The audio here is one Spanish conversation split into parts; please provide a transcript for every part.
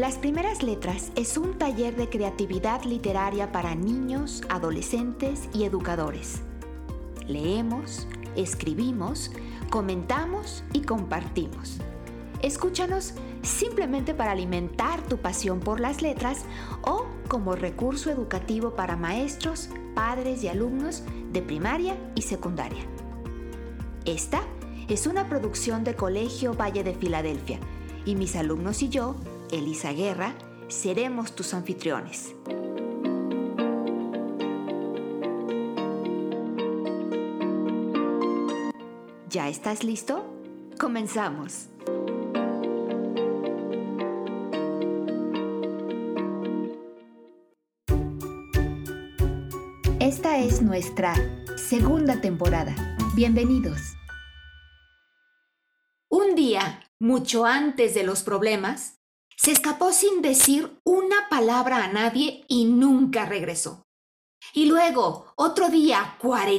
Las primeras letras es un taller de creatividad literaria para niños, adolescentes y educadores. Leemos, escribimos, comentamos y compartimos. Escúchanos simplemente para alimentar tu pasión por las letras o como recurso educativo para maestros, padres y alumnos de primaria y secundaria. Esta es una producción de Colegio Valle de Filadelfia y mis alumnos y yo, Elisa Guerra, seremos tus anfitriones. ¿Ya estás listo? ¡Comenzamos! Esta es nuestra segunda temporada. Bienvenidos. Un día, mucho antes de los problemas, se escapó sin decir una palabra a nadie y nunca regresó. Y luego, otro día,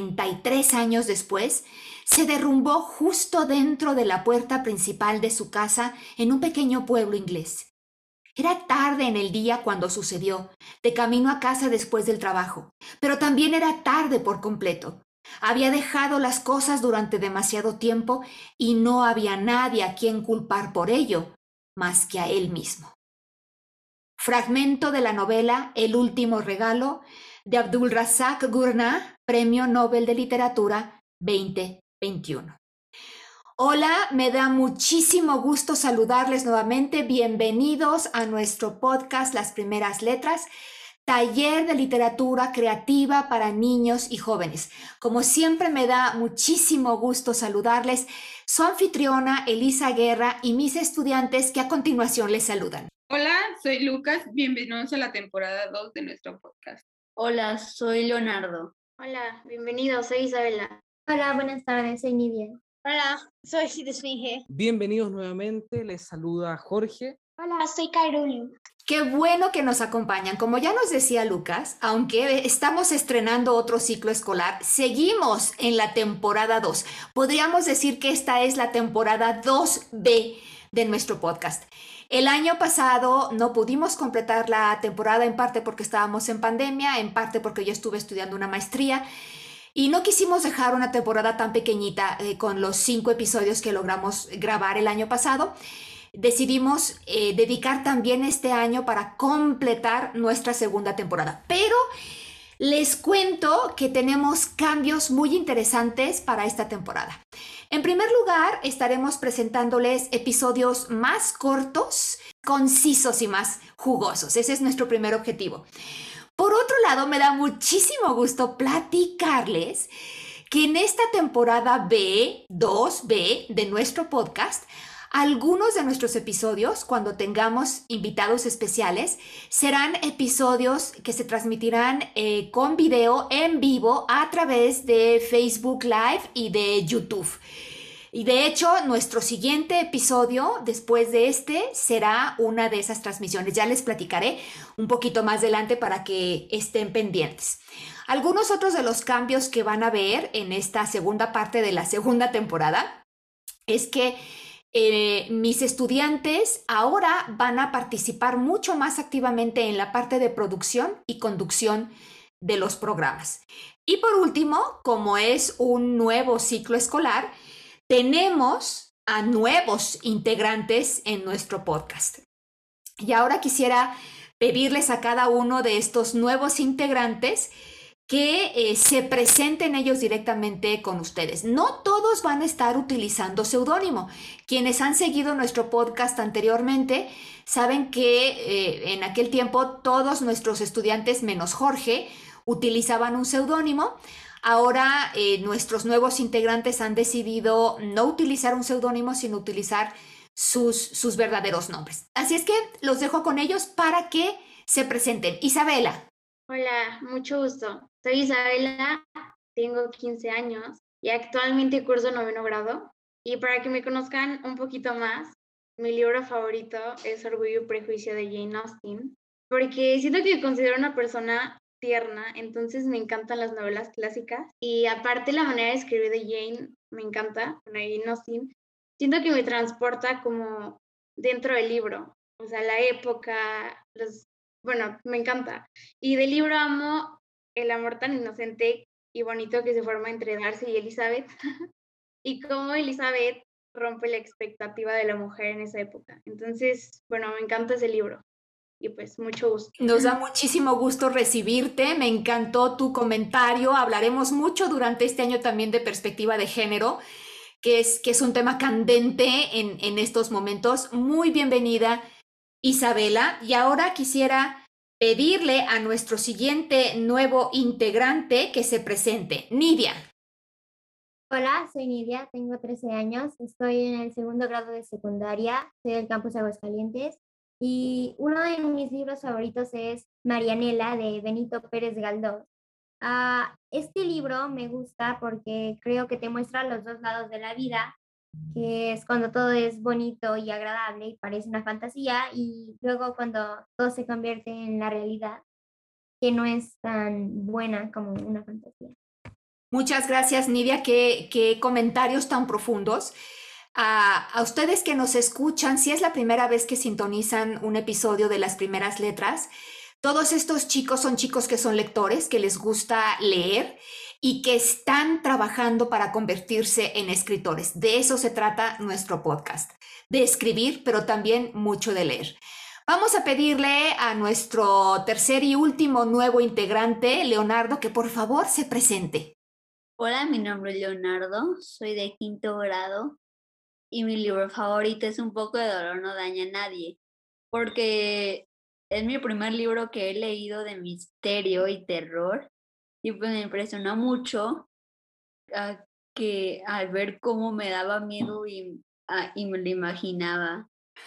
43 años después, se derrumbó justo dentro de la puerta principal de su casa en un pequeño pueblo inglés. Era tarde en el día cuando sucedió, de camino a casa después del trabajo, pero también era tarde por completo. Había dejado las cosas durante demasiado tiempo y no había nadie a quien culpar por ello, más que a él mismo. Fragmento de la novela El último regalo de Abdulrazak Gurnah, Premio Nobel de Literatura 2021. Hola, me da muchísimo gusto saludarles nuevamente. Bienvenidos a nuestro podcast Las Primeras Letras, taller de literatura creativa para niños y jóvenes. Como siempre, me da muchísimo gusto saludarles. Su anfitriona, Elisa Guerra, y mis estudiantes que a continuación les saludan. Hola, soy Lucas. Bienvenidos a la temporada 2 de nuestro podcast. Hola, soy Leonardo. Hola, bienvenidos, soy Isabela. Hola, buenas tardes, soy Nidia. Hola, soy Sidesfinge. Bienvenidos nuevamente, les saluda Jorge. Hola, soy Carolina. Qué bueno que nos acompañan. Como ya nos decía Lucas, aunque estamos estrenando otro ciclo escolar, seguimos en la temporada 2. Podríamos decir que esta es la temporada 2B de nuestro podcast. El año pasado no pudimos completar la temporada, en parte porque estábamos en pandemia, en parte porque yo estuve estudiando una maestría y no quisimos dejar una temporada tan pequeñita con los 5 episodios que logramos grabar el año pasado. Decidimos dedicar también este año para completar nuestra segunda temporada. Pero les cuento que tenemos cambios muy interesantes para esta temporada. En primer lugar, estaremos presentándoles episodios más cortos, concisos y más jugosos. Ese es nuestro primer objetivo. Por otro lado, me da muchísimo gusto platicarles que en esta temporada B, 2B de nuestro podcast, algunos de nuestros episodios, cuando tengamos invitados especiales, serán episodios que se transmitirán con video en vivo a través de Facebook Live y de YouTube. Y de hecho, nuestro siguiente episodio, después de este, será una de esas transmisiones. Ya les platicaré un poquito más adelante para que estén pendientes. Algunos otros de los cambios que van a ver en esta segunda parte de la segunda temporada es que mis estudiantes ahora van a participar mucho más activamente en la parte de producción y conducción de los programas. Y por último, como es un nuevo ciclo escolar, tenemos a nuevos integrantes en nuestro podcast. Y ahora quisiera pedirles a cada uno de estos nuevos integrantes que se presenten ellos directamente con ustedes. No todos van a estar utilizando seudónimo. Quienes han seguido nuestro podcast anteriormente saben que en aquel tiempo todos nuestros estudiantes, menos Jorge, utilizaban un seudónimo. Ahora nuestros nuevos integrantes han decidido no utilizar un seudónimo, sino utilizar sus verdaderos nombres. Así es que los dejo con ellos para que se presenten. Isabela. Hola, mucho gusto. Soy Isabela, tengo 15 años y actualmente curso 9º grado. Y para que me conozcan un poquito más, mi libro favorito es Orgullo y Prejuicio de Jane Austen, porque siento que me considero una persona tierna, entonces me encantan las novelas clásicas. Y aparte la manera de escribir de Jane me encanta, Jane Austen. Siento que me transporta como dentro del libro. o sea, la época, bueno, me encanta. Y del libro amo el amor tan inocente y bonito que se forma entre Darcy y Elizabeth, y cómo Elizabeth rompe la expectativa de la mujer en esa época. Entonces, bueno, me encanta ese libro y pues mucho gusto. Nos da muchísimo gusto recibirte, me encantó tu comentario, hablaremos mucho durante este año también de perspectiva de género, que es un tema candente en estos momentos. Muy bienvenida, Isabela, y ahora quisiera pedirle a nuestro siguiente nuevo integrante que se presente, Nidia. Hola, soy Nidia, tengo 13 años, estoy en el segundo grado de secundaria, soy del campus Aguascalientes y uno de mis libros favoritos es Marianela de Benito Pérez Galdós. Este libro me gusta porque creo que te muestra los dos lados de la vida, que es cuando todo es bonito y agradable y parece una fantasía, y luego cuando todo se convierte en la realidad, que no es tan buena como una fantasía. Muchas gracias, Nidia, qué comentarios tan profundos. A ustedes que nos escuchan, si es la primera vez que sintonizan un episodio de Las Primeras Letras, todos estos chicos son chicos que son lectores, que les gusta leer y que están trabajando para convertirse en escritores. De eso se trata nuestro podcast, de escribir, pero también mucho de leer. Vamos a pedirle a nuestro tercer y último nuevo integrante, Leonardo, que por favor se presente. Hola, mi nombre es Leonardo, soy de quinto grado y mi libro favorito es Un poco de dolor no daña a nadie, porque es mi primer libro que he leído de misterio y terror y pues me impresionó mucho que al ver cómo me daba miedo y me lo imaginaba.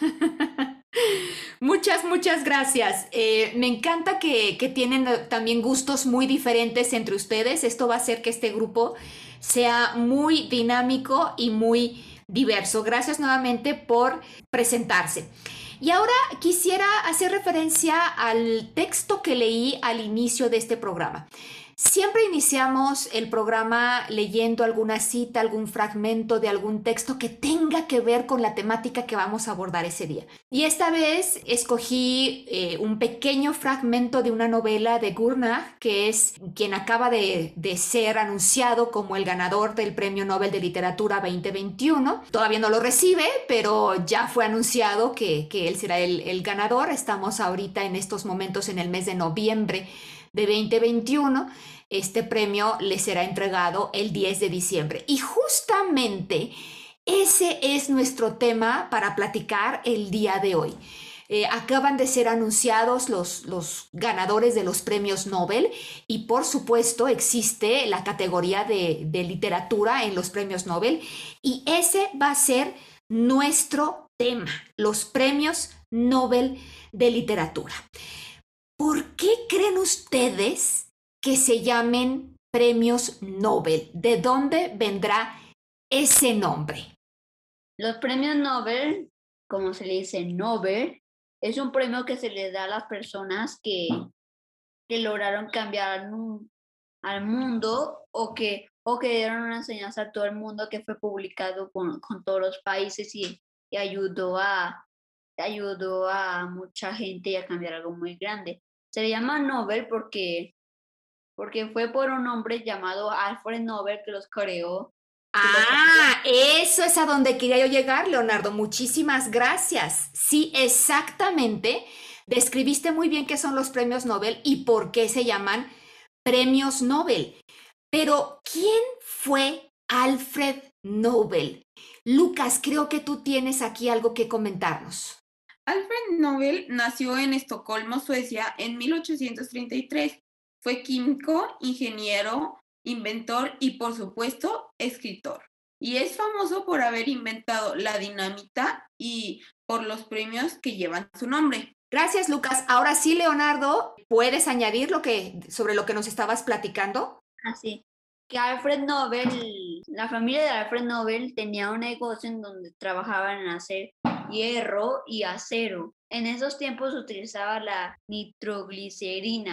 Muchas gracias. Me encanta que tienen también gustos muy diferentes entre ustedes. Esto va a hacer que este grupo sea muy dinámico y muy diverso. Gracias nuevamente por presentarse. Y ahora quisiera hacer referencia al texto que leí al inicio de este programa. Siempre iniciamos el programa leyendo alguna cita, algún fragmento de algún texto que tenga que ver con la temática que vamos a abordar ese día. Y esta vez escogí un pequeño fragmento de una novela de Gurnah, que es quien acaba de ser anunciado como el ganador del Premio Nobel de Literatura 2021. Todavía no lo recibe, pero ya fue anunciado que él será el ganador. Estamos ahorita en estos momentos en el mes de noviembre de 2021, este premio le será entregado el 10 de diciembre. Y justamente ese es nuestro tema para platicar el día de hoy. Acaban de ser anunciados los ganadores de los premios Nobel y por supuesto existe la categoría de literatura en los premios Nobel y ese va a ser nuestro tema, los premios Nobel de literatura. ¿Por qué creen ustedes que se llamen premios Nobel? ¿De dónde vendrá ese nombre? Los premios Nobel, como se le dice Nobel, es un premio que se le da a las personas que lograron cambiar al mundo o que dieron una enseñanza a todo el mundo, que fue publicado con todos los países y ayudó a mucha gente a cambiar algo muy grande. Se llama Nobel porque fue por un hombre llamado Alfred Nobel que los creó. Eso es a donde quería yo llegar, Leonardo. Muchísimas gracias. Sí, exactamente. Describiste muy bien qué son los premios Nobel y por qué se llaman premios Nobel. Pero, ¿quién fue Alfred Nobel? Lucas, creo que tú tienes aquí algo que comentarnos. Alfred Nobel nació en Estocolmo, Suecia, en 1833. Fue químico, ingeniero, inventor y, por supuesto, escritor. Y es famoso por haber inventado la dinamita y por los premios que llevan su nombre. Gracias, Lucas. Ahora sí, Leonardo, ¿puedes añadir sobre lo que nos estabas platicando? Así que Alfred Nobel, la familia de Alfred Nobel tenía un negocio en donde trabajaban en hacer hierro y acero. En esos tiempos se utilizaba la nitroglicerina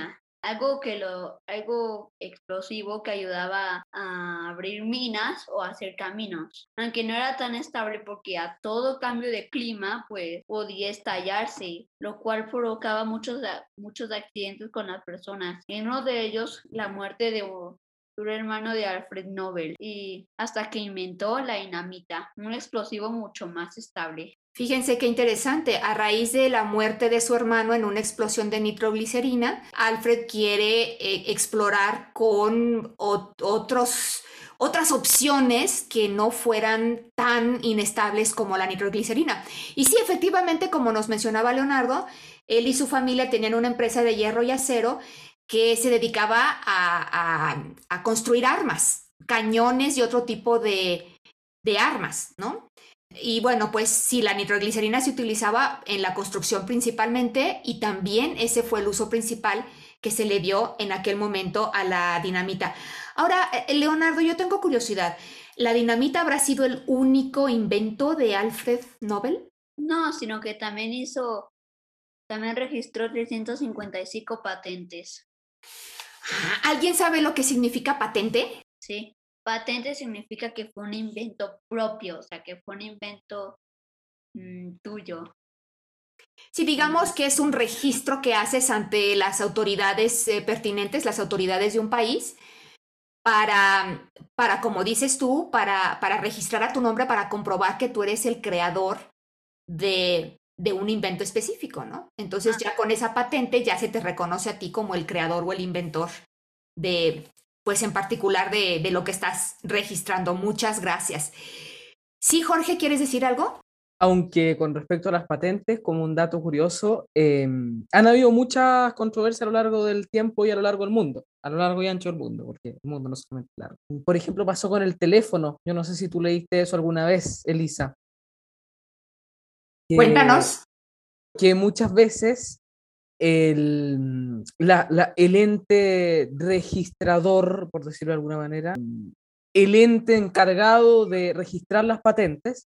algo explosivo que ayudaba a abrir minas o a hacer caminos, aunque no era tan estable porque a todo cambio de clima pues podía estallarse, lo cual provocaba muchos accidentes con las personas. Y uno de ellos, la muerte de un hermano de Alfred Nobel, y hasta que inventó la dinamita, un explosivo mucho más estable. Fíjense qué interesante, a raíz de la muerte de su hermano en una explosión de nitroglicerina, Alfred quiere explorar con otras opciones que no fueran tan inestables como la nitroglicerina. Y sí, efectivamente, como nos mencionaba Leonardo, él y su familia tenían una empresa de hierro y acero que se dedicaba a construir armas, cañones y otro tipo de armas, ¿no? Y bueno, pues sí, la nitroglicerina se utilizaba en la construcción principalmente y también ese fue el uso principal que se le dio en aquel momento a la dinamita. Ahora, Leonardo, yo tengo curiosidad. ¿La dinamita habrá sido el único invento de Alfred Nobel? No, sino que también registró 355 patentes. ¿Alguien sabe lo que significa patente? Sí. Patente significa que fue un invento propio, o sea, que fue un invento tuyo. Sí, digamos que es un registro que haces ante las autoridades pertinentes, las autoridades de un país, para como dices tú, para registrar a tu nombre, para comprobar que tú eres el creador de un invento específico, ¿no? Entonces ya con esa patente ya se te reconoce a ti como el creador o el inventor de, pues en particular de lo que estás registrando. Muchas gracias. Sí, Jorge, ¿quieres decir algo? Aunque con respecto a las patentes, como un dato curioso, han habido muchas controversias a lo largo del tiempo y a lo largo del mundo, a lo largo y ancho del mundo, porque el mundo no es solamente largo. Por ejemplo, pasó con el teléfono. Yo no sé si tú leíste eso alguna vez, Elisa. Cuéntanos. Que muchas veces el ente registrador, por decirlo de alguna manera, el ente encargado de registrar las patentes,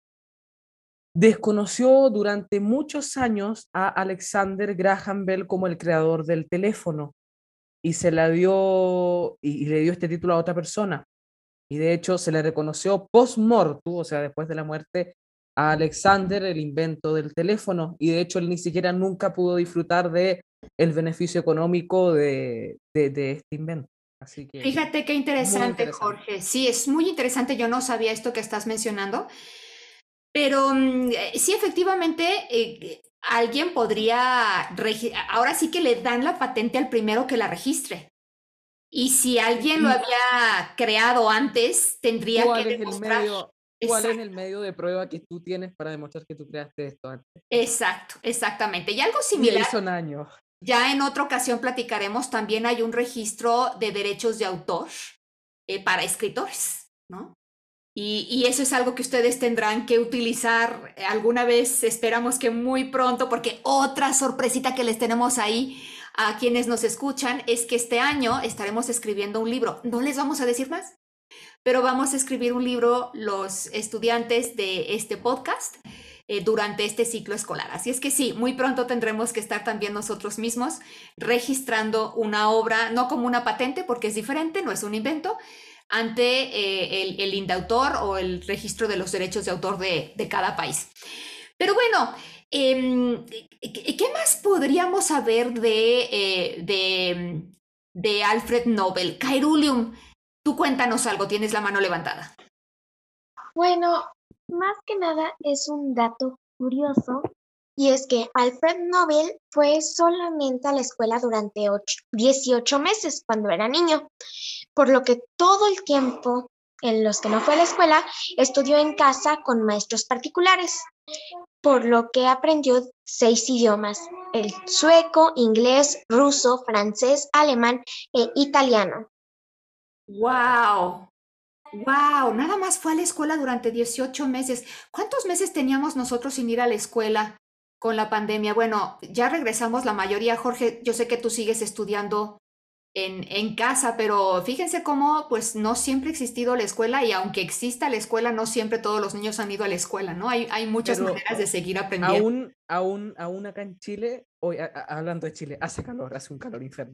desconoció durante muchos años a Alexander Graham Bell como el creador del teléfono y se la dio y le dio este título a otra persona. Y de hecho se le reconoció post-mortem, o sea, después de la muerte, a Alexander el invento del teléfono. Y de hecho él ni siquiera nunca pudo disfrutar de el beneficio económico de este invento. Así que, fíjate qué interesante, Jorge. Sí, es muy interesante. Yo no sabía esto que estás mencionando. Pero sí, efectivamente, alguien podría, ahora sí que le dan la patente al primero que la registre. Y si alguien lo había creado antes, tendría que demostrar. ¿Cuál es el medio de prueba que tú tienes para demostrar que tú creaste esto antes? Exacto, exactamente. Y algo similar. Y ahí son años. Ya en otra ocasión platicaremos, también hay un registro de derechos de autor para escritores, ¿no? Y eso es algo que ustedes tendrán que utilizar alguna vez, esperamos que muy pronto, porque otra sorpresita que les tenemos ahí a quienes nos escuchan es que este año estaremos escribiendo un libro. No les vamos a decir más, pero vamos a escribir un libro los estudiantes de este podcast durante este ciclo escolar. Así es que sí, muy pronto tendremos que estar también nosotros mismos registrando una obra, no como una patente, porque es diferente, no es un invento, ante el INDAUTOR o el registro de los derechos de autor de cada país. Pero bueno, ¿qué más podríamos saber de Alfred Nobel? Kairulium, tú cuéntanos algo, tienes la mano levantada. Bueno, más que nada es un dato curioso y es que Alfred Nobel fue solamente a la escuela durante 18 meses cuando era niño, por lo que todo el tiempo en los que no fue a la escuela estudió en casa con maestros particulares, por lo que aprendió 6 idiomas: el sueco, inglés, ruso, francés, alemán e italiano. ¡Wow! ¡Wow! Nada más fue a la escuela durante 18 meses. ¿Cuántos meses teníamos nosotros sin ir a la escuela con la pandemia? Bueno, ya regresamos la mayoría. Jorge, yo sé que tú sigues estudiando en casa, pero fíjense cómo pues no siempre ha existido la escuela y aunque exista la escuela, no siempre todos los niños han ido a la escuela, ¿no? Hay muchas maneras de seguir aprendiendo. Aún acá en Chile, hoy hablando de Chile, hace calor, hace un calor infernal.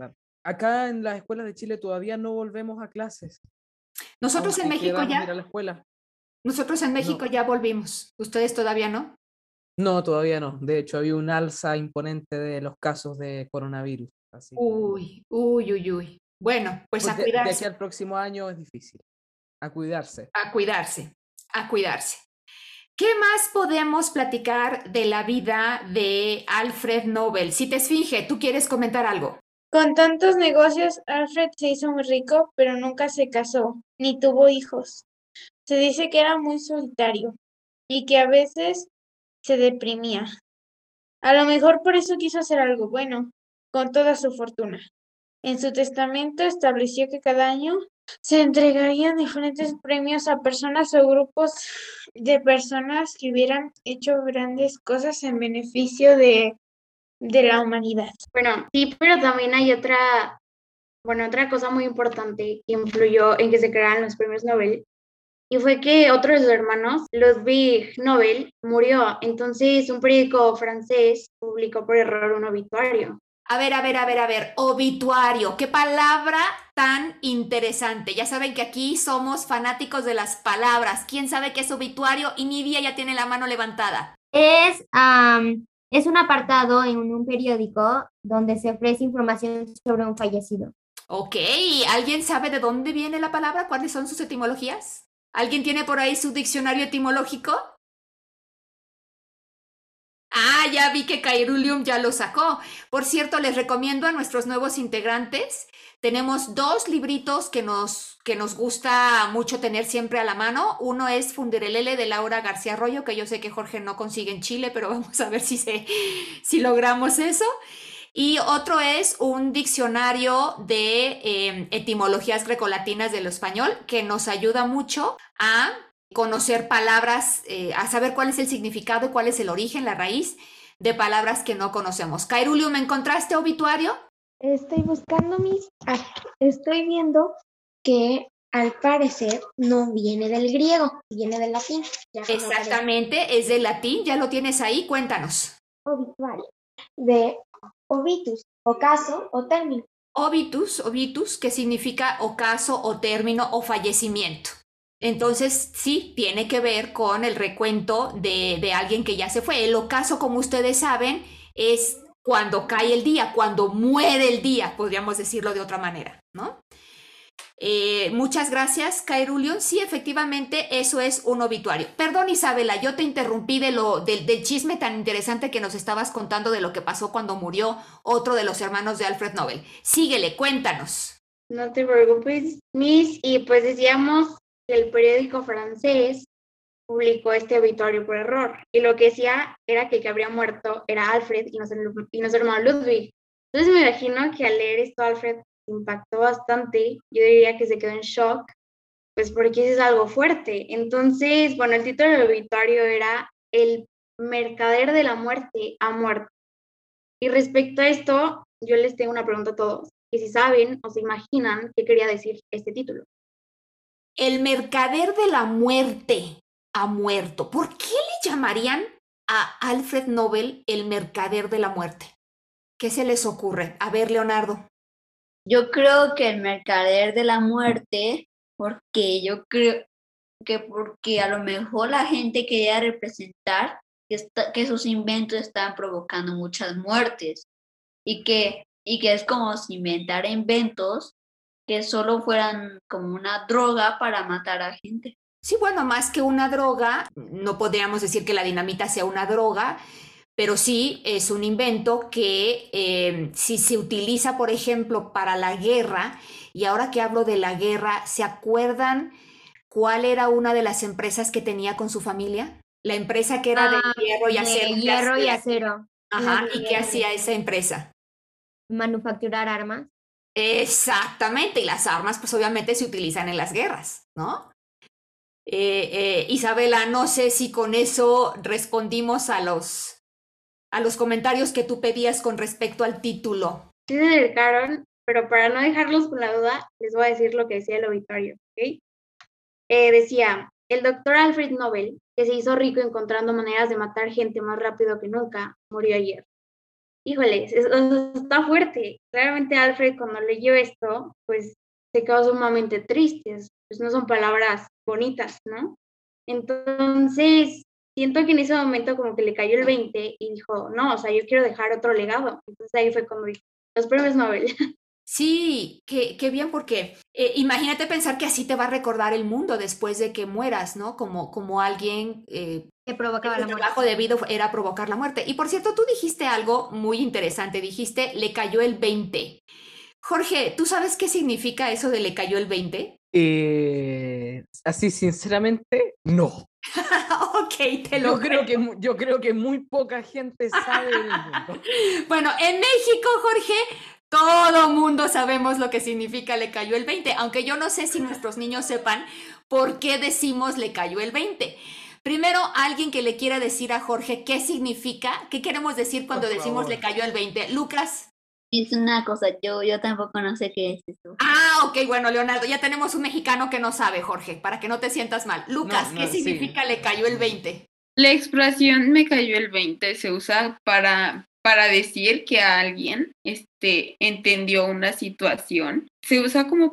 Acá en las escuelas de Chile todavía no volvemos a clases, Nosotros en aunque México queramos ir a ya, la escuela. nosotros en México No, ya volvimos. ¿Ustedes todavía no? no, todavía no. De hecho, había un alza imponente de los casos de coronavirus. Así que, Uy, uy, uy, uy. Bueno, pues pues a de aquí cuidarse, al próximo año es difícil. A cuidarse. a cuidarse, a cuidarse. ¿Qué más podemos platicar de la vida de Alfred Nobel? Si te Esfinge, ¿tú quieres comentar algo? Con tantos negocios, Alfred se hizo muy rico, pero nunca se casó, ni tuvo hijos. Se dice que era muy solitario y que a veces se deprimía. A lo mejor por eso quiso hacer algo bueno, con toda su fortuna. En su testamento estableció que cada año se entregarían diferentes premios a personas o grupos de personas que hubieran hecho grandes cosas en beneficio de la humanidad. Bueno, sí, pero también hay otra cosa muy importante que influyó en que se crearan los premios Nobel, y fue que otro de sus hermanos, Ludwig Nobel, murió. Entonces, un periódico francés publicó por error un obituario. A ver, obituario, qué palabra tan interesante. Ya saben que aquí somos fanáticos de las palabras. ¿Quién sabe qué es obituario? Y Nidia ya tiene la mano levantada. Es un apartado en un periódico donde se ofrece información sobre un fallecido. Ok, ¿alguien sabe de dónde viene la palabra? ¿Cuáles son sus etimologías? ¿Alguien tiene por ahí su diccionario etimológico? Ah, ya vi que Cairulium ya lo sacó. Por cierto, les recomiendo a nuestros nuevos integrantes. Tenemos 2 libritos que nos gusta mucho tener siempre a la mano. Uno es Funderelele de Laura García Arroyo, que yo sé que Jorge no consigue en Chile, pero vamos a ver si logramos eso. Y otro es un diccionario de etimologías grecolatinas del español, que nos ayuda mucho a conocer palabras, a saber cuál es el significado y cuál es el origen, la raíz de palabras que no conocemos. Cairulio, ¿me encontraste obituario? Estoy buscando estoy viendo que al parecer no viene del griego, viene del latín. Ya como aparece. Exactamente, es del latín, ya lo tienes ahí, cuéntanos. Obituario, de obitus, ocaso o término. Obitus, que significa ocaso o término o fallecimiento. Entonces, sí, tiene que ver con el recuento de alguien que ya se fue. El ocaso, como ustedes saben, es cuando cae el día, cuando muere el día, podríamos decirlo de otra manera, ¿no? Muchas gracias, Cairulion. Sí, efectivamente, eso es un obituario. Perdón, Isabela, yo te interrumpí del chisme tan interesante que nos estabas contando de lo que pasó cuando murió otro de los hermanos de Alfred Nobel. Síguele, cuéntanos. No te preocupes, Miss. Y pues decíamos que el periódico francés publicó este obituario por error. Y lo que decía era que el que habría muerto era Alfred y no su hermano Ludwig. Entonces me imagino que al leer esto Alfred impactó bastante. Yo diría que se quedó en shock, pues porque eso es algo fuerte. Entonces, bueno, el título del obituario era El mercader de la muerte ha muerto. Y respecto a esto, yo les tengo una pregunta a todos, que si saben o se imaginan qué quería decir este título. El mercader de la muerte ha muerto. ¿Por qué le llamarían a Alfred Nobel el mercader de la muerte? ¿Qué se les ocurre? A ver, Leonardo. Yo creo que el mercader de la muerte, porque yo creo que porque a lo mejor la gente quería representar que sus inventos estaban provocando muchas muertes y que es como si inventara inventos que solo fueran como una droga para matar a gente. Sí, bueno, más que una droga, no podríamos decir que la dinamita sea una droga, pero sí es un invento que si se utiliza, por ejemplo, para la guerra, y ahora que hablo de la guerra, ¿se acuerdan cuál era una de las empresas que tenía con su familia? La empresa que era de hierro y De acero. hierro y acero. Ajá, La ¿y qué hacía esa empresa? Manufacturar armas. Exactamente, y las armas pues obviamente se utilizan en las guerras, ¿no? Isabela, no sé si con eso respondimos a los comentarios que tú pedías con respecto al título. Sí se acercaron, pero para no dejarlos con la duda, les voy a decir lo que decía el obituario, ¿ok? Decía, el doctor Alfred Nobel, que se hizo rico encontrando maneras de matar gente más rápido que nunca, murió ayer. híjole, está fuerte. Claramente Alfred cuando leyó esto, pues se quedó sumamente triste, pues no son palabras bonitas, ¿no? Entonces, siento que en ese momento como que le cayó el 20 y dijo, no, o sea, yo quiero dejar otro legado. Entonces ahí fue cuando dijo, los premios Nobel. Sí, qué bien, porque imagínate pensar que así te va a recordar el mundo después de que mueras, ¿no? Como alguien Que provocaba el la muerte. trabajo debido era provocar la muerte. Y por cierto, tú dijiste algo muy interesante, dijiste, le cayó el 20. Jorge, ¿tú sabes qué significa eso de le cayó el 20? Así, sinceramente, no. Ok, te lo Yo creo que muy poca gente sabe del mundo. Bueno, en México, Jorge, todo mundo sabemos lo que significa le cayó el 20, aunque yo no sé si nuestros niños sepan por qué decimos le cayó el 20. Primero, alguien que le quiera decir a Jorge qué significa, qué queremos decir cuando Por decimos favor. le cayó el 20. Lucas. Es una cosa, yo tampoco no sé qué es eso. Ah, ok, bueno, Leonardo, ya tenemos un mexicano que no sabe, Jorge, para que no te sientas mal. Lucas, No, ¿qué sí. significa le cayó el 20? La expresión me cayó el 20 se usa para decir que alguien entendió una situación. Se usa como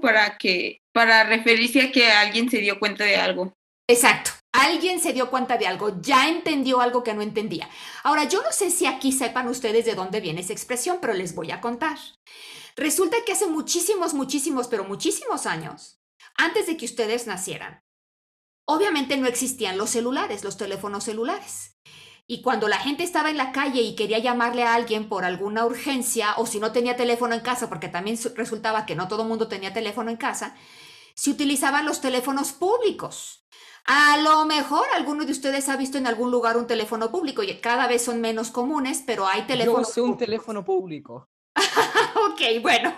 para referirse a que alguien se dio cuenta de algo. Exacto. Alguien se dio cuenta de algo, ya entendió algo que no entendía. Ahora, yo no sé si aquí sepan ustedes de dónde viene esa expresión, pero les voy a contar. Resulta que hace muchísimos, pero muchísimos años, antes de que ustedes nacieran, obviamente no existían los celulares, los teléfonos celulares. Y cuando la gente estaba en la calle y quería llamarle a alguien por alguna urgencia, o si no tenía teléfono en casa, porque también resultaba que no todo el mundo tenía teléfono en casa, se utilizaban los teléfonos públicos. A lo mejor alguno de ustedes ha visto en algún lugar un teléfono público y cada vez son menos comunes, pero hay Yo teléfonos usé un públicos. teléfono público. Ok, bueno.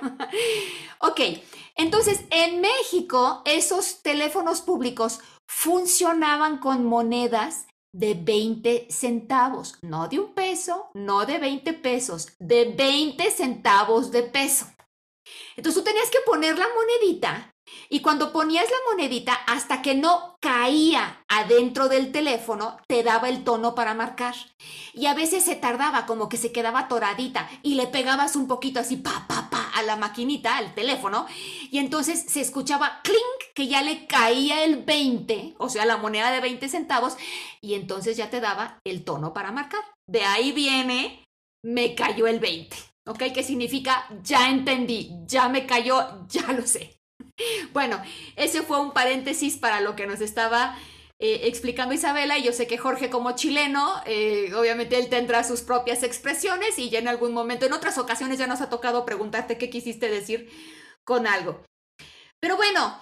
Ok, entonces en México esos teléfonos públicos funcionaban con monedas de 20 centavos, no de 1 peso, no de 20 pesos, de 20 centavos de peso. Entonces tú tenías que poner la monedita y cuando ponías la monedita hasta que no caía adentro del teléfono te daba el tono para marcar. Y a veces se tardaba, como que se quedaba atoradita y le pegabas un poquito así pa a la maquinita, al teléfono, y entonces se escuchaba clink, que ya le caía el 20, o sea, la moneda de 20 centavos, y entonces ya te daba el tono para marcar. De ahí viene me cayó el 20. ¿Ok? ¿Qué significa? Ya entendí, ya me cayó, ya lo sé. Bueno, ese fue un paréntesis para lo que nos estaba explicando Isabela, y yo sé que Jorge como chileno, obviamente él tendrá sus propias expresiones y ya en algún momento, en otras ocasiones ya nos ha tocado preguntarte qué quisiste decir con algo. Pero bueno,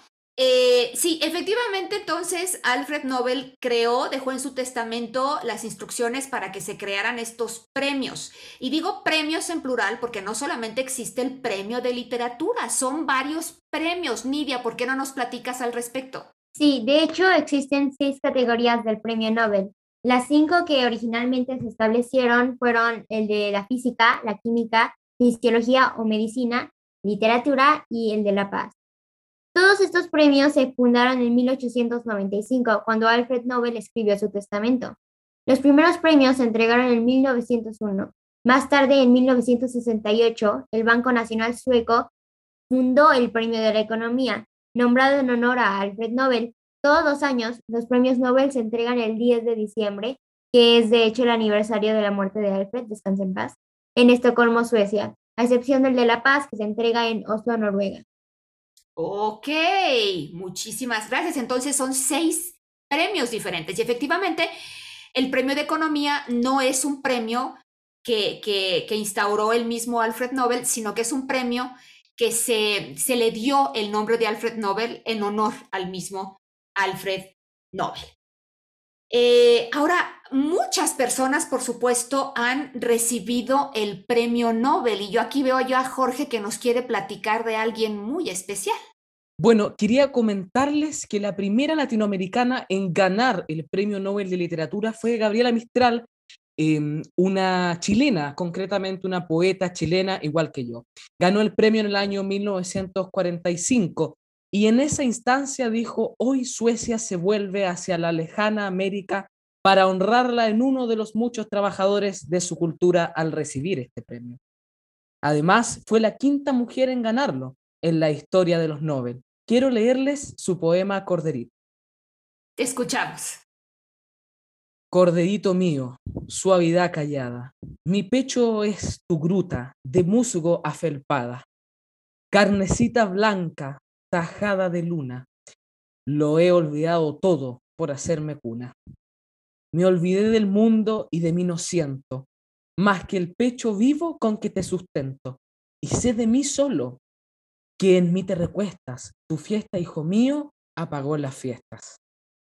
sí, efectivamente entonces Alfred Nobel dejó en su testamento las instrucciones para que se crearan estos premios. Y digo premios en plural porque no solamente existe el premio de literatura, son varios premios. Nidia, ¿por qué no nos platicas al respecto? Sí, de hecho existen 6 categorías del premio Nobel. Las 5 que originalmente se establecieron fueron el de la física, la química, fisiología o medicina, literatura y el de la paz. Todos estos premios se fundaron en 1895, cuando Alfred Nobel escribió su testamento. Los primeros premios se entregaron en 1901. Más tarde, en 1968, el Banco Nacional Sueco fundó el Premio de la Economía, nombrado en honor a Alfred Nobel. Todos los años, los premios Nobel se entregan el 10 de diciembre, que es de hecho el aniversario de la muerte de Alfred, descansa en paz, en Estocolmo, Suecia, a excepción del de la paz, que se entrega en Oslo, Noruega. Ok, muchísimas gracias. Entonces son 6 premios diferentes y efectivamente el premio de economía no es un premio que instauró el mismo Alfred Nobel, sino que es un premio que se le dio el nombre de Alfred Nobel en honor al mismo Alfred Nobel. Ahora, muchas personas, por supuesto, han recibido el premio Nobel y yo aquí veo a Jorge que nos quiere platicar de alguien muy especial. Bueno, quería comentarles que la primera latinoamericana en ganar el Premio Nobel de Literatura fue Gabriela Mistral, una chilena, concretamente una poeta chilena igual que yo. Ganó el premio en el año 1945 y en esa instancia dijo: hoy Suecia se vuelve hacia la lejana América para honrarla en uno de los muchos trabajadores de su cultura al recibir este premio. Además, fue la quinta mujer en ganarlo en la historia de los Nobel. Quiero leerles su poema Corderito. Te escuchamos. Corderito mío, suavidad callada, mi pecho es tu gruta de musgo afelpada, carnecita blanca, tajada de luna, lo he olvidado todo por hacerme cuna. Me olvidé del mundo y de mí no siento, más que el pecho vivo con que te sustento, y sé de mí solo, que en mí te recuestas, tu fiesta, hijo mío, apagó las fiestas.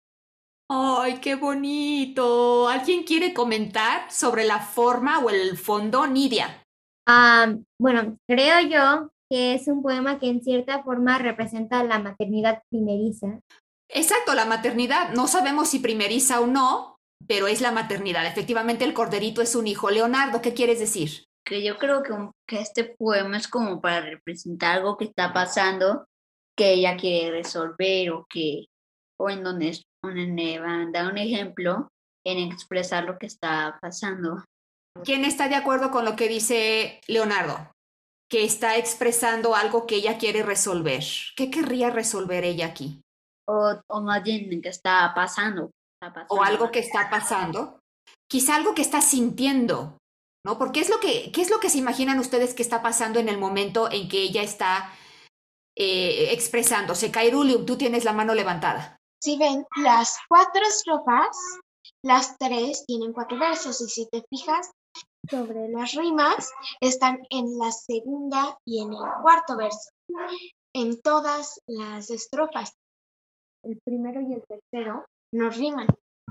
¡Ay, qué bonito! ¿Alguien quiere comentar sobre la forma o el fondo, Nidia? Bueno, creo yo que es un poema que en cierta forma representa la maternidad primeriza. Exacto, la maternidad. No sabemos si primeriza o no, pero es la maternidad. Efectivamente, el corderito es un hijo. Leonardo, ¿qué quieres decir? Que yo creo que este poema es como para representar algo que está pasando, que ella quiere resolver o en donde van a dar un ejemplo en expresar lo que está pasando. ¿Quién está de acuerdo con lo que dice Leonardo? Que está expresando algo que ella quiere resolver. ¿Qué querría resolver ella aquí? O más bien que está pasando. O algo que está pasando. Quizá algo que está sintiendo, ¿no? Porque ¿qué es lo que se imaginan ustedes que está pasando en el momento en que ella está expresándose? Kairulium, tú tienes la mano levantada. Si ven, las 4 estrofas, las 3 tienen 4 versos, y si te fijas sobre las rimas, están en la segunda y en el cuarto verso, en todas las estrofas. El primero y el tercero no riman.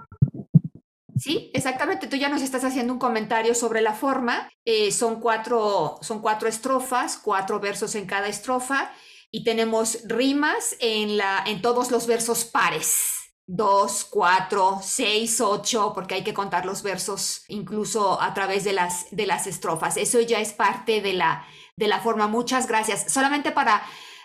Sí, exactamente. Tú ya nos estás haciendo un comentario sobre la forma. Son cuatro estrofas, 4 versos en cada estrofa, y tenemos rimas en todos los versos pares. 2, 4, 6, 8, porque hay que contar los versos incluso a través de las estrofas. Eso ya es parte de la forma. Muchas gracias. Solamente para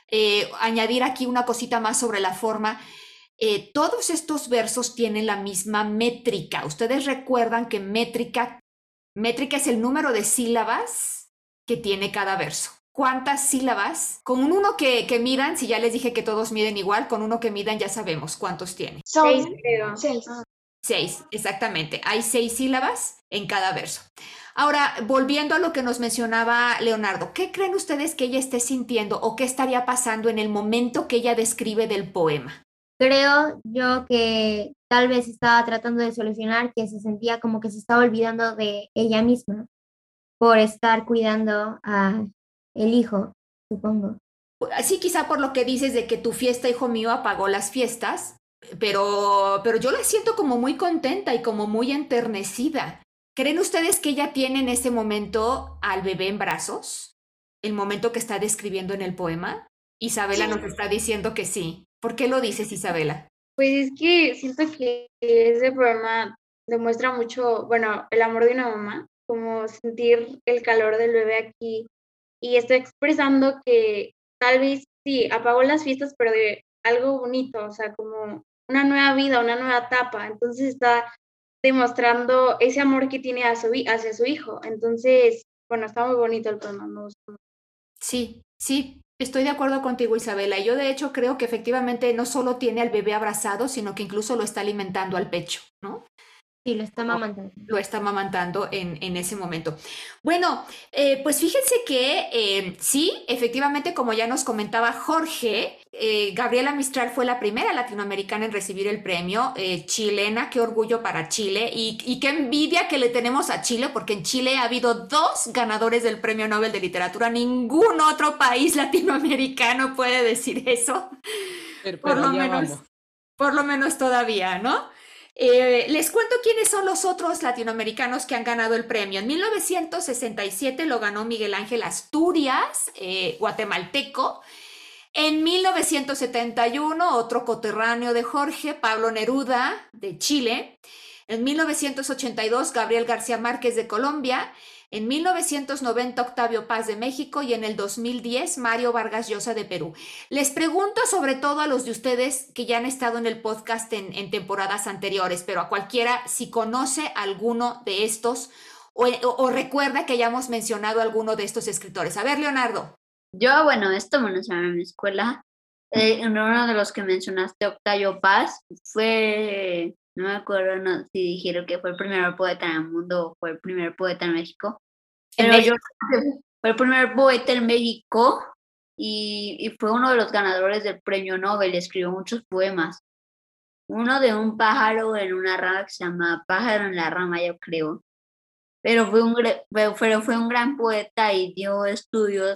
añadir aquí una cosita más sobre la forma. Todos estos versos tienen la misma métrica. Ustedes recuerdan que métrica es el número de sílabas que tiene cada verso. ¿Cuántas sílabas? Con uno que midan, si ya les dije que todos miden igual, con uno que midan ya sabemos cuántos tiene. Son 6, creo. 6. 6, exactamente. Hay 6 sílabas en cada verso. Ahora, volviendo a lo que nos mencionaba Leonardo, ¿qué creen ustedes que ella esté sintiendo o qué estaría pasando en el momento que ella describe del poema? Creo yo que tal vez estaba tratando de solucionar que se sentía como que se estaba olvidando de ella misma por estar cuidando a el hijo, supongo. Sí, quizá por lo que dices de que tu fiesta, hijo mío, apagó las fiestas, pero yo la siento como muy contenta y como muy enternecida. ¿Creen ustedes que ella tiene en ese momento al bebé en brazos? ¿El momento que está describiendo en el poema? Isabela nos está diciendo que sí. ¿Por qué lo dices, Isabela? Pues es que siento que ese poema demuestra mucho, bueno, el amor de una mamá, como sentir el calor del bebé aquí, y está expresando que tal vez sí, apagó las fiestas, pero de algo bonito, o sea, como una nueva vida, una nueva etapa. Entonces está demostrando ese amor que tiene hacia su hijo. Entonces, bueno, está muy bonito el poema, me gusta mucho. Sí, estoy de acuerdo contigo, Isabela. Yo de hecho creo que efectivamente no solo tiene al bebé abrazado, sino que incluso lo está alimentando al pecho, ¿no? Sí, lo está amamantando. Lo está amamantando en ese momento. Bueno, pues fíjense que sí, efectivamente, como ya nos comentaba Jorge, Gabriela Mistral fue la primera latinoamericana en recibir el premio, chilena. Qué orgullo para Chile y qué envidia que le tenemos a Chile, porque en Chile ha habido 2 ganadores del Premio Nobel de Literatura. Ningún otro país latinoamericano puede decir eso. Pero Por lo menos todavía, ¿no? Les cuento quiénes son los otros latinoamericanos que han ganado el premio. En 1967 lo ganó Miguel Ángel Asturias, guatemalteco. En 1971, otro coterráneo de Jorge, Pablo Neruda, de Chile. En 1982, Gabriel García Márquez, de Colombia. En 1990 Octavio Paz de México y en el 2010 Mario Vargas Llosa de Perú. Les pregunto sobre todo a los de ustedes que ya han estado en el podcast en temporadas anteriores, pero a cualquiera si conoce alguno de estos o recuerda que hayamos mencionado alguno de estos escritores. A ver, Leonardo. Yo, bueno, esto me lo enseñaron en mi escuela. Uno de los que mencionaste, Octavio Paz, fue, no me acuerdo si dijeron que fue el primer poeta en el mundo o fue el primer poeta en México. Pero yo creo que fue el primer poeta en México y fue uno de los ganadores del premio Nobel. Escribió muchos poemas. Uno de un pájaro en una rama que se llama Pájaro en la rama, yo creo. Pero fue un gran poeta y dio estudios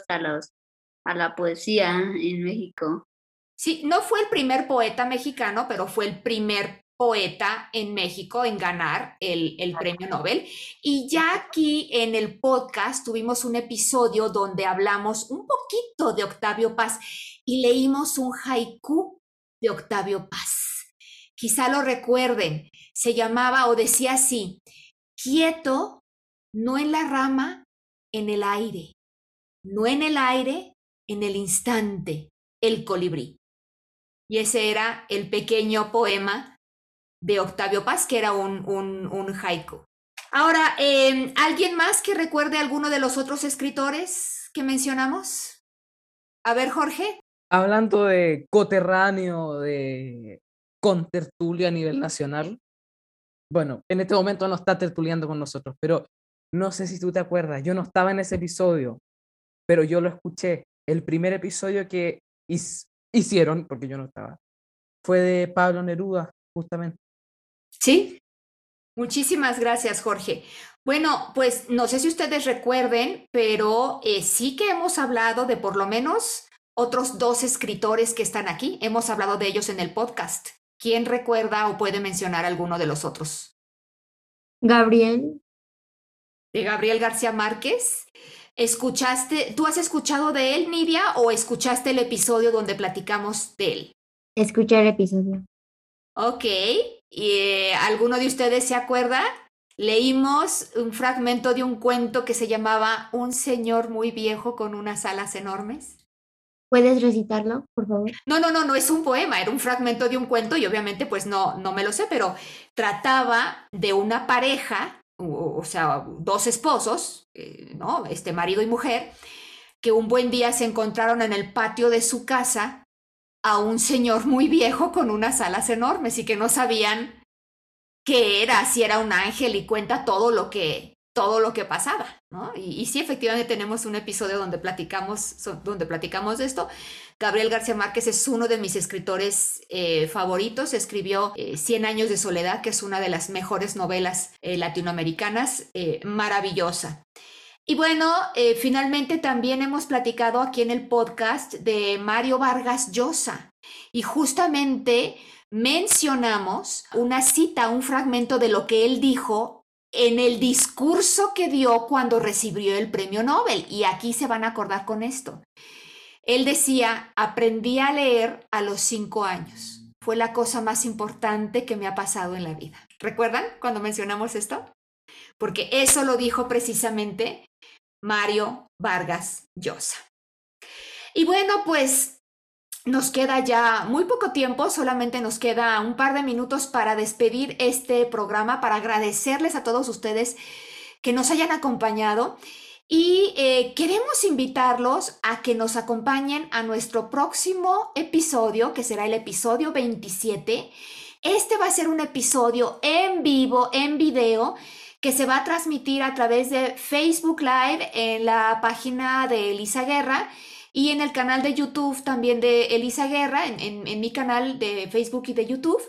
a la poesía en México. Sí, no fue el primer poeta mexicano, pero fue el primer poeta en México en ganar el premio Nobel. Y ya aquí en el podcast tuvimos un episodio donde hablamos un poquito de Octavio Paz y leímos un haiku de Octavio Paz. Quizá lo recuerden, se llamaba o decía así: quieto, no en la rama, en el aire, no en el aire, en el instante, el colibrí. Y ese era el pequeño poema de Octavio Paz, que era un haiku. Ahora, ¿alguien más que recuerde alguno de los otros escritores que mencionamos? A ver, Jorge. Hablando de coterráneo, de contertulio a nivel nacional, bueno, en este momento no está tertuliando con nosotros, pero no sé si tú te acuerdas, yo no estaba en ese episodio, pero yo lo escuché. El primer episodio que hicieron, porque yo no estaba, fue de Pablo Neruda, justamente. Sí, muchísimas gracias, Jorge. Bueno, pues no sé si ustedes recuerden, pero sí que hemos hablado de por lo menos otros 2 escritores que están aquí. Hemos hablado de ellos en el podcast. ¿Quién recuerda o puede mencionar alguno de los otros? Gabriel. De Gabriel García Márquez. ¿Tú has escuchado de él, Nidia, o escuchaste el episodio donde platicamos de él? Escuché el episodio. Ok, ¿y alguno de ustedes se acuerda? Leímos un fragmento de un cuento que se llamaba Un señor muy viejo con unas alas enormes. ¿Puedes recitarlo, por favor? No es un poema, era un fragmento de un cuento y obviamente pues no me lo sé, pero trataba de una pareja, o sea, 2 esposos, ¿no? Marido y mujer, que un buen día se encontraron en el patio de su casa a un señor muy viejo con unas alas enormes y que no sabían qué era, si era un ángel, y cuenta todo lo que pasaba, ¿no? Y sí, efectivamente tenemos un episodio donde platicamos de esto. Gabriel García Márquez es uno de mis escritores favoritos. Escribió 100 años de soledad, que es una de las mejores novelas latinoamericanas, maravillosa. Y bueno, finalmente también hemos platicado aquí en el podcast de Mario Vargas Llosa y justamente mencionamos una cita, un fragmento de lo que él dijo en el discurso que dio cuando recibió el premio Nobel. Y aquí se van a acordar con esto. Él decía: aprendí a leer a los 5 años. Fue la cosa más importante que me ha pasado en la vida. ¿Recuerdan cuando mencionamos esto? Porque eso lo dijo precisamente Mario Vargas Llosa. Y bueno, pues nos queda ya muy poco tiempo, solamente nos queda un par de minutos para despedir este programa, para agradecerles a todos ustedes que nos hayan acompañado y queremos invitarlos a que nos acompañen a nuestro próximo episodio, que será el episodio 27. Este va a ser un episodio en vivo, en video, que se va a transmitir a través de Facebook Live en la página de Elisa Guerra y en el canal de YouTube también de Elisa Guerra, en mi canal de Facebook y de YouTube.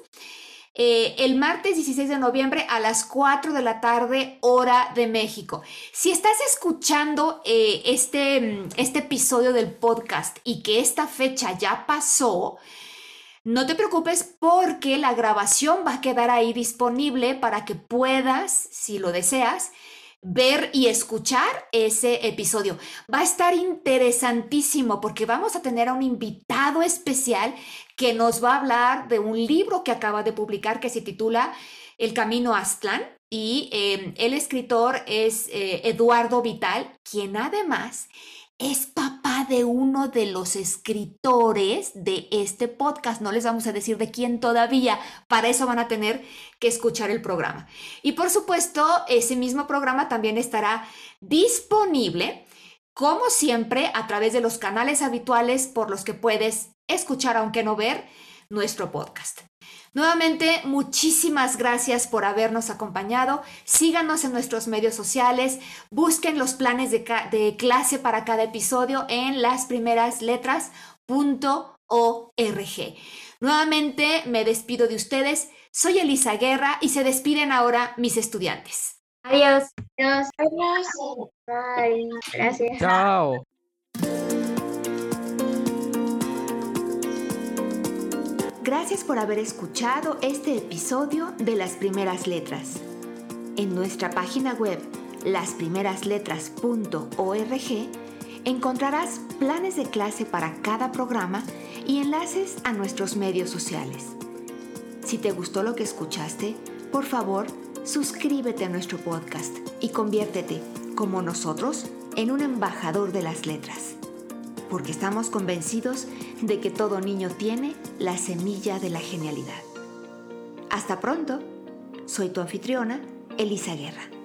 El martes 16 de noviembre a las 4 de la tarde, hora de México. Si estás escuchando este episodio del podcast y que esta fecha ya pasó, no te preocupes porque la grabación va a quedar ahí disponible para que puedas, si lo deseas, ver y escuchar ese episodio. Va a estar interesantísimo porque vamos a tener a un invitado especial que nos va a hablar de un libro que acaba de publicar que se titula El Camino a Aztlán, y el escritor es Eduardo Vital, quien además es papá de uno de los escritores de este podcast. No les vamos a decir de quién todavía, para eso van a tener que escuchar el programa. Y por supuesto, ese mismo programa también estará disponible, como siempre, a través de los canales habituales por los que puedes escuchar, aunque no ver, nuestro podcast. Nuevamente, muchísimas gracias por habernos acompañado. Síganos en nuestros medios sociales, busquen los planes de clase para cada episodio en lasprimerasletras.org. Nuevamente me despido de ustedes. Soy Elisa Guerra y se despiden ahora mis estudiantes. Adiós. Adiós. Adiós. Bye. Gracias. Chao. Gracias por haber escuchado este episodio de Las Primeras Letras. En nuestra página web, lasprimerasletras.org, encontrarás planes de clase para cada programa y enlaces a nuestros medios sociales. Si te gustó lo que escuchaste, por favor, suscríbete a nuestro podcast y conviértete, como nosotros, en un embajador de las letras. Porque estamos convencidos de que todo niño tiene la semilla de la genialidad. Hasta pronto. Soy tu anfitriona, Elisa Guerra.